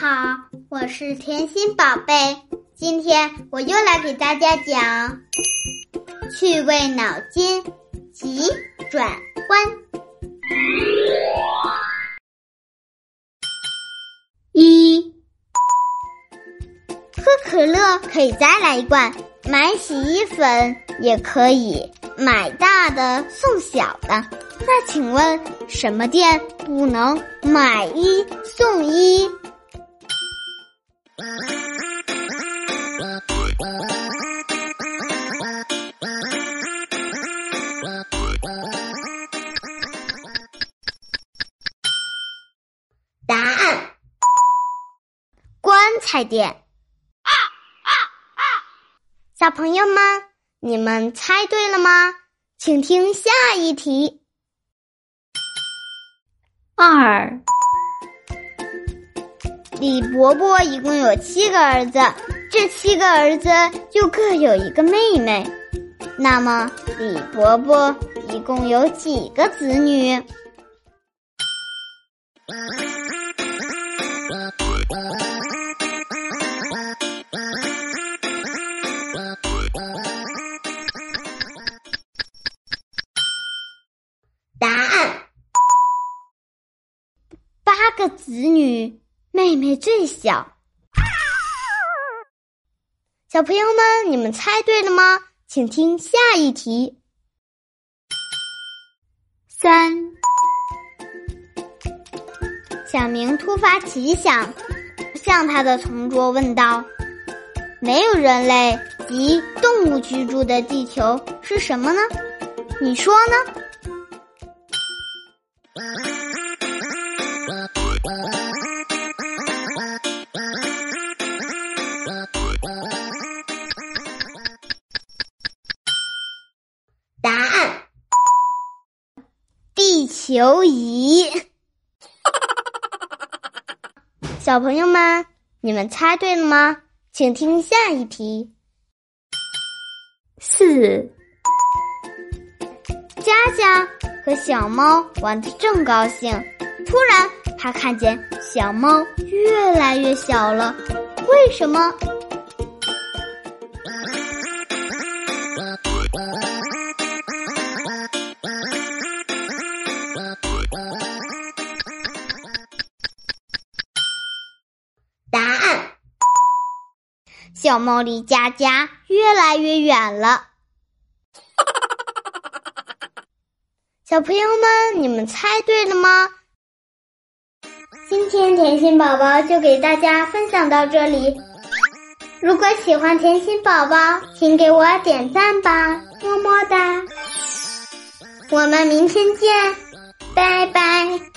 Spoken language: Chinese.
好，我是甜心宝贝，今天我又来给大家讲趣味脑筋急转弯。一，喝可乐可以再来一罐，买洗衣粉也可以买大的送小的，那请问什么店不能买一送一？答案：棺材店。小朋友们，你们猜对了吗？请听下一题。 2， 李伯伯一共有7个儿子，这7个儿子又各有一个妹妹，那么李伯伯一共有几个子女？答案：8个子女，妹妹最小。小朋友们，你们猜对了吗？请听下一题。 3， 小明突发奇想，向他的同桌问道：没有人类及动物居住的地球是什么呢？你说呢？答案：地球仪。小朋友们，你们猜对了吗？请听下一题。 4， 佳佳和小猫玩得正高兴，突然他看见小猫越来越小了，为什么？答案：小猫离佳佳越来越远了。小朋友们，你们猜对了吗？今天甜心宝宝就给大家分享到这里。如果喜欢甜心宝宝，请给我点赞吧，么么哒。我们明天见，拜拜。